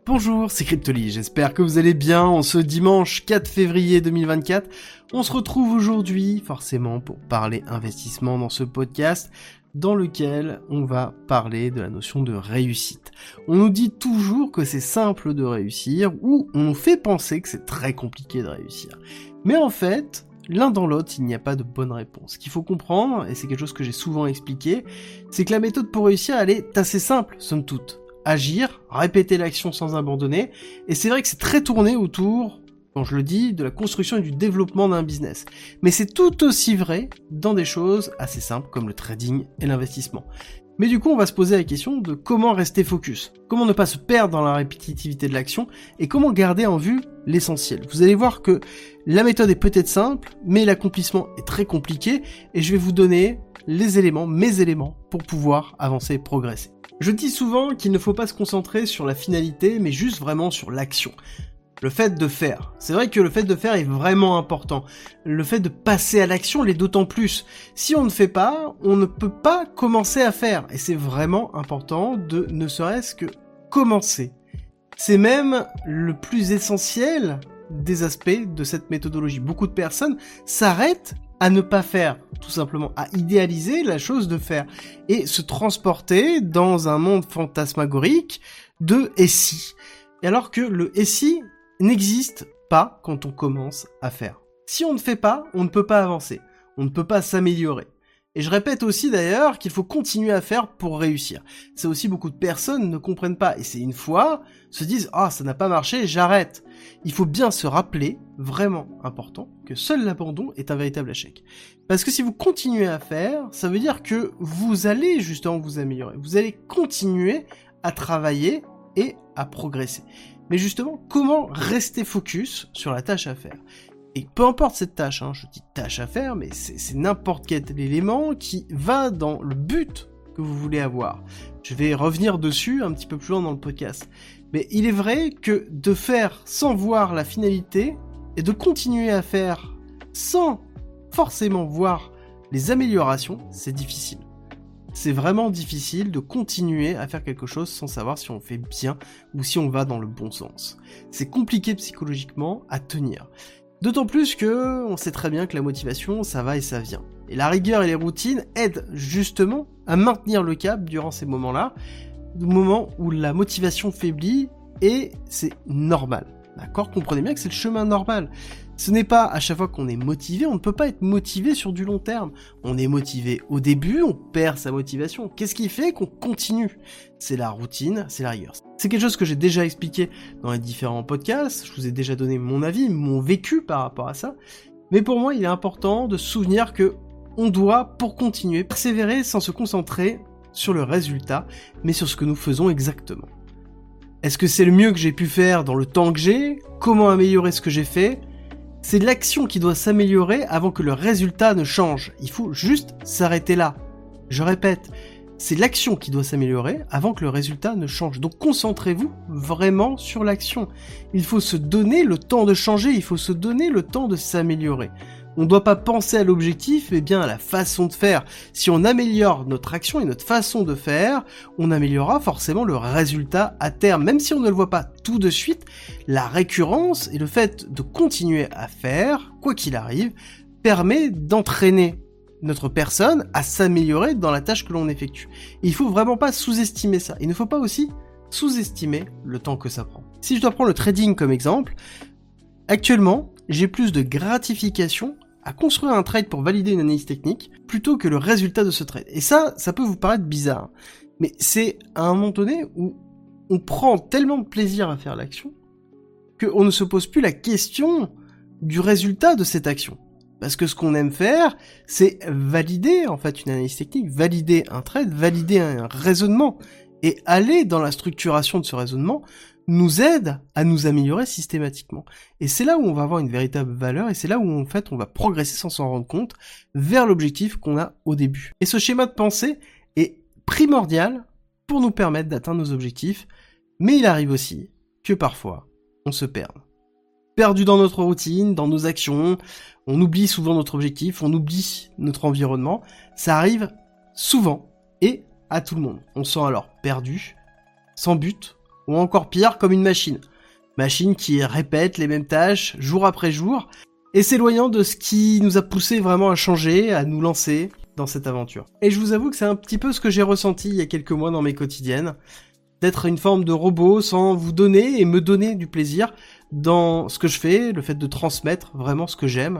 Bonjour, c'est Cryptoly, j'espère que vous allez bien. En ce dimanche 4 février 2024, on se retrouve aujourd'hui, forcément, pour parler investissement dans ce podcast, dans lequel on va parler de la notion de réussite. On nous dit toujours que c'est simple de réussir, ou on nous fait penser que c'est très compliqué de réussir. Mais en fait, l'un dans l'autre, il n'y a pas de bonne réponse. Ce qu'il faut comprendre, et c'est quelque chose que j'ai souvent expliqué, c'est que la méthode pour réussir, elle est assez simple, somme toute. Agir, répéter l'action sans abandonner, et c'est vrai que c'est très tourné autour, quand je le dis, de la construction et du développement d'un business. Mais c'est tout aussi vrai dans des choses assez simples comme le trading et l'investissement. Mais du coup, on va se poser la question de comment rester focus, comment ne pas se perdre dans la répétitivité de l'action, et comment garder en vue l'essentiel. Vous allez voir que la méthode est peut-être simple, mais l'accomplissement est très compliqué, et je vais vous donner les éléments, mes éléments, pour pouvoir avancer et progresser. Je dis souvent qu'il ne faut pas se concentrer sur la finalité, mais juste vraiment sur l'action. Le fait de faire. C'est vrai que le fait de faire est vraiment important. Le fait de passer à l'action l'est d'autant plus. Si on ne fait pas, on ne peut pas commencer à faire. Et c'est vraiment important de ne serait-ce que commencer. C'est même le plus essentiel des aspects de cette méthodologie. Beaucoup de personnes s'arrêtent à ne pas faire, tout simplement, à idéaliser la chose de faire, et se transporter dans un monde fantasmagorique de « et si ». Et alors que le « et si » n'existe pas quand on commence à faire. Si on ne fait pas, on ne peut pas avancer, on ne peut pas s'améliorer. Et je répète aussi d'ailleurs qu'il faut continuer à faire pour réussir. Ça aussi, beaucoup de personnes ne comprennent pas, et c'est une fois, se disent « Ah, ça n'a pas marché, j'arrête ». Il faut bien se rappeler, vraiment important, que seul l'abandon est un véritable échec. Parce que si vous continuez à faire, ça veut dire que vous allez justement vous améliorer. Vous allez continuer à travailler et à progresser. Mais justement, comment rester focus sur la tâche à faire ? Et peu importe cette tâche, je dis tâche à faire, mais c'est n'importe quel élément qui va dans le but que vous voulez avoir. Je vais revenir dessus un petit peu plus loin dans le podcast. Mais il est vrai que de faire sans voir la finalité et de continuer à faire sans forcément voir les améliorations, c'est difficile. C'est vraiment difficile de continuer à faire quelque chose sans savoir si on fait bien ou si on va dans le bon sens. C'est compliqué psychologiquement à tenir. D'autant plus que on sait très bien que la motivation, ça va et ça vient. Et la rigueur et les routines aident justement à maintenir le cap durant ces moments-là, moments où la motivation faiblit, et c'est normal. D'accord ? Comprenez bien que c'est le chemin normal. Ce n'est pas à chaque fois qu'on est motivé, on ne peut pas être motivé sur du long terme. On est motivé au début, on perd sa motivation. Qu'est-ce qui fait qu'on continue ? C'est la routine, c'est la rigueur. C'est quelque chose que j'ai déjà expliqué dans les différents podcasts, je vous ai déjà donné mon avis, mon vécu par rapport à ça. Mais pour moi, il est important de se souvenir que on doit, pour continuer, persévérer sans se concentrer sur le résultat, mais sur ce que nous faisons exactement. Est-ce que c'est le mieux que j'ai pu faire dans le temps que j'ai ? Comment améliorer ce que j'ai fait ? C'est l'action qui doit s'améliorer avant que le résultat ne change. Il faut juste s'arrêter là. Je répète, c'est l'action qui doit s'améliorer avant que le résultat ne change. Donc concentrez-vous vraiment sur l'action. Il faut se donner le temps de changer, il faut se donner le temps de s'améliorer. On ne doit pas penser à l'objectif, mais bien à la façon de faire. Si on améliore notre action et notre façon de faire, on améliorera forcément le résultat à terme. Même si on ne le voit pas tout de suite, la récurrence et le fait de continuer à faire, quoi qu'il arrive, permet d'entraîner notre personne à s'améliorer dans la tâche que l'on effectue. Et il faut vraiment pas sous-estimer ça. Il ne faut pas aussi sous-estimer le temps que ça prend. Si je dois prendre le trading comme exemple, actuellement, j'ai plus de gratification à construire un trade pour valider une analyse technique plutôt que le résultat de ce trade. Et ça peut vous paraître bizarre, mais c'est à un moment donné où on prend tellement de plaisir à faire l'action qu'on ne se pose plus la question du résultat de cette action. Parce que ce qu'on aime faire, c'est valider en fait une analyse technique, valider un trade, valider un raisonnement, et aller dans la structuration de ce raisonnement nous aide à nous améliorer systématiquement. Et c'est là où on va avoir une véritable valeur, et c'est là où en fait on va progresser sans s'en rendre compte vers l'objectif qu'on a au début. Et ce schéma de pensée est primordial pour nous permettre d'atteindre nos objectifs, mais il arrive aussi que parfois on se perde. Perdu dans notre routine, dans nos actions, on oublie souvent notre objectif, on oublie notre environnement, ça arrive souvent et à tout le monde. On se sent alors perdu, sans but, ou encore pire, comme une machine. Machine qui répète les mêmes tâches jour après jour, et s'éloignant de ce qui nous a poussé vraiment à changer, à nous lancer dans cette aventure. Et je vous avoue que c'est un petit peu ce que j'ai ressenti il y a quelques mois dans mes quotidiennes, d'être une forme de robot sans vous donner et me donner du plaisir dans ce que je fais, le fait de transmettre vraiment ce que j'aime.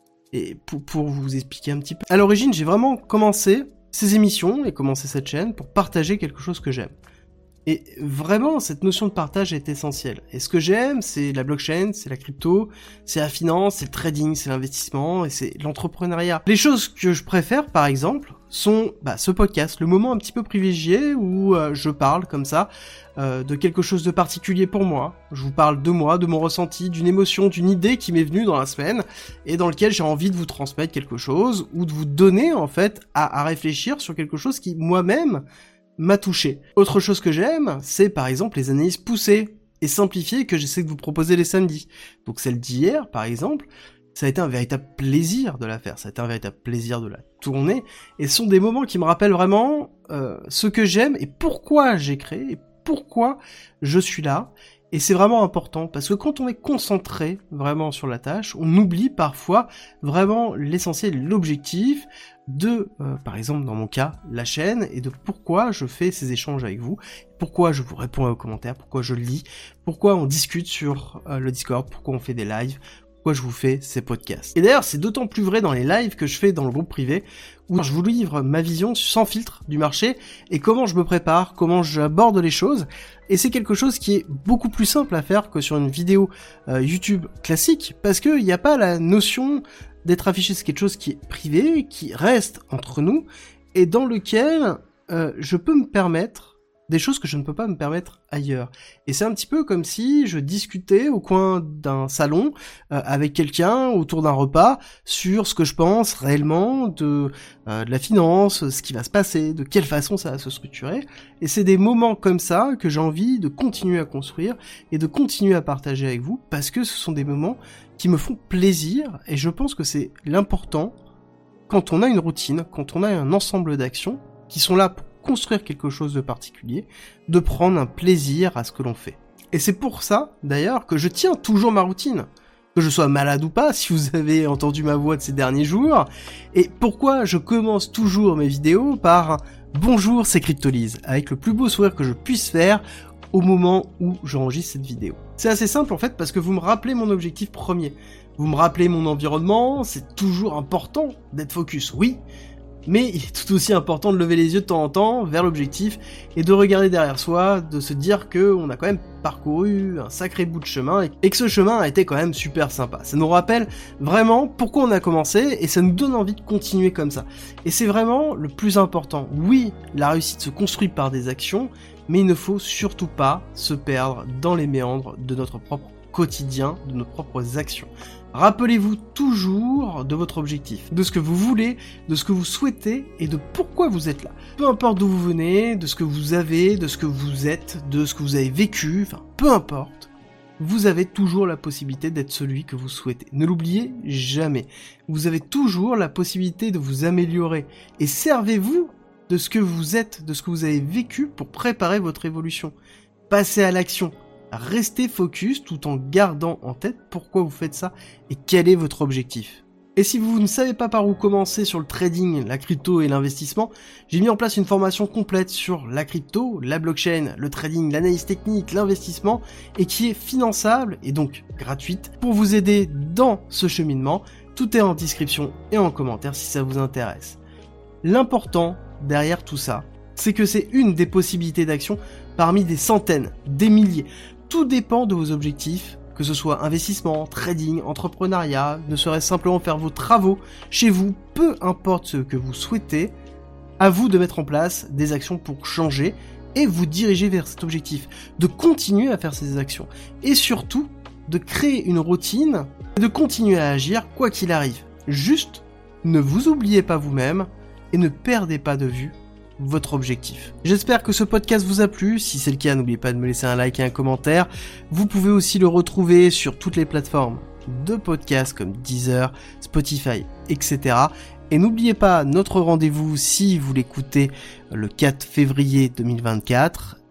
Et pour vous expliquer un petit peu, à l'origine j'ai vraiment commencé ces émissions et commencé cette chaîne pour partager quelque chose que j'aime. Et vraiment, cette notion de partage est essentielle. Et ce que j'aime, c'est la blockchain, c'est la crypto, c'est la finance, c'est le trading, c'est l'investissement et c'est l'entrepreneuriat. Les choses que je préfère, par exemple, sont ce podcast, le moment un petit peu privilégié où je parle comme ça de quelque chose de particulier pour moi. Je vous parle de moi, de mon ressenti, d'une émotion, d'une idée qui m'est venue dans la semaine et dans lequel j'ai envie de vous transmettre quelque chose ou de vous donner en fait à réfléchir sur quelque chose qui moi-même m'a touché. Autre chose que j'aime, c'est par exemple les analyses poussées et simplifiées que j'essaie de vous proposer les samedis. Donc celle d'hier, par exemple, ça a été un véritable plaisir de la faire, ça a été un véritable plaisir de la tourner, et ce sont des moments qui me rappellent vraiment ce que j'aime et pourquoi j'ai créé, et pourquoi je suis là. Et c'est vraiment important, parce que quand on est concentré vraiment sur la tâche, on oublie parfois vraiment l'essentiel, l'objectif de, par exemple dans mon cas, la chaîne, et de pourquoi je fais ces échanges avec vous, pourquoi je vous réponds aux commentaires, pourquoi je lis, pourquoi on discute sur le Discord, pourquoi on fait des lives, pourquoi je vous fais ces podcasts. Et d'ailleurs, c'est d'autant plus vrai dans les lives que je fais dans le groupe privé, où je vous livre ma vision sans filtre du marché, et comment je me prépare, comment j'aborde les choses, et c'est quelque chose qui est beaucoup plus simple à faire que sur une vidéo YouTube classique, parce qu'il n'y a pas la notion d'être affiché, c'est quelque chose qui est privé, qui reste entre nous, et dans lequel je peux me permettre des choses que je ne peux pas me permettre ailleurs. Et c'est un petit peu comme si je discutais au coin d'un salon avec quelqu'un autour d'un repas sur ce que je pense réellement de la finance, ce qui va se passer, de quelle façon ça va se structurer. Et c'est des moments comme ça que j'ai envie de continuer à construire et de continuer à partager avec vous, parce que ce sont des moments qui me font plaisir, et je pense que c'est l'important quand on a une routine, quand on a un ensemble d'actions qui sont là pour construire quelque chose de particulier, de prendre un plaisir à ce que l'on fait. Et c'est pour ça, d'ailleurs, que je tiens toujours ma routine. Que je sois malade ou pas, si vous avez entendu ma voix de ces derniers jours. Et pourquoi je commence toujours mes vidéos par « Bonjour, c'est Cryptolyse », avec le plus beau sourire que je puisse faire au moment où j'enregistre cette vidéo. C'est assez simple en fait, parce que vous me rappelez mon objectif premier. Vous me rappelez mon environnement, c'est toujours important d'être focus, oui, mais il est tout aussi important de lever les yeux de temps en temps vers l'objectif et de regarder derrière soi, de se dire que on a quand même parcouru un sacré bout de chemin et que ce chemin a été quand même super sympa. Ça nous rappelle vraiment pourquoi on a commencé et ça nous donne envie de continuer comme ça. Et c'est vraiment le plus important. Oui, la réussite se construit par des actions, mais il ne faut surtout pas se perdre dans les méandres de notre propre quotidien, de nos propres actions. Rappelez-vous toujours de votre objectif, de ce que vous voulez, de ce que vous souhaitez et de pourquoi vous êtes là. Peu importe d'où vous venez, de ce que vous avez, de ce que vous êtes, de ce que vous avez vécu, enfin peu importe, vous avez toujours la possibilité d'être celui que vous souhaitez. Ne l'oubliez jamais. Vous avez toujours la possibilité de vous améliorer et servez-vous de ce que vous êtes, de ce que vous avez vécu pour préparer votre évolution. Passez à l'action. Restez focus tout en gardant en tête pourquoi vous faites ça et quel est votre objectif. Et si vous ne savez pas par où commencer sur le trading, la crypto et l'investissement, j'ai mis en place une formation complète sur la crypto, la blockchain, le trading, l'analyse technique, l'investissement et qui est finançable et donc gratuite pour vous aider dans ce cheminement. Tout est en description et en commentaire si ça vous intéresse. L'important derrière tout ça, c'est que c'est une des possibilités d'action parmi des centaines, des milliers. Tout dépend de vos objectifs, que ce soit investissement, trading, entrepreneuriat, ne serait-ce simplement faire vos travaux chez vous, peu importe ce que vous souhaitez, à vous de mettre en place des actions pour changer et vous diriger vers cet objectif, de continuer à faire ces actions et surtout de créer une routine et de continuer à agir quoi qu'il arrive. Juste, ne vous oubliez pas vous-même et ne perdez pas de vue votre objectif. J'espère que ce podcast vous a plu. Si c'est le cas, n'oubliez pas de me laisser un like et un commentaire. Vous pouvez aussi le retrouver sur toutes les plateformes de podcasts comme Deezer, Spotify, etc. Et n'oubliez pas notre rendez-vous si vous l'écoutez le 4 février 2024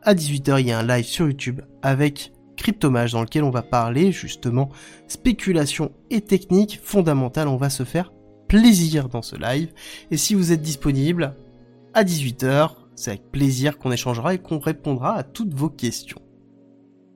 à 18h, il y a un live sur YouTube avec Cryptomage dans lequel on va parler justement spéculation et technique fondamentale. On va se faire plaisir dans ce live. Et si vous êtes disponible à 18h, c'est avec plaisir qu'on échangera et qu'on répondra à toutes vos questions.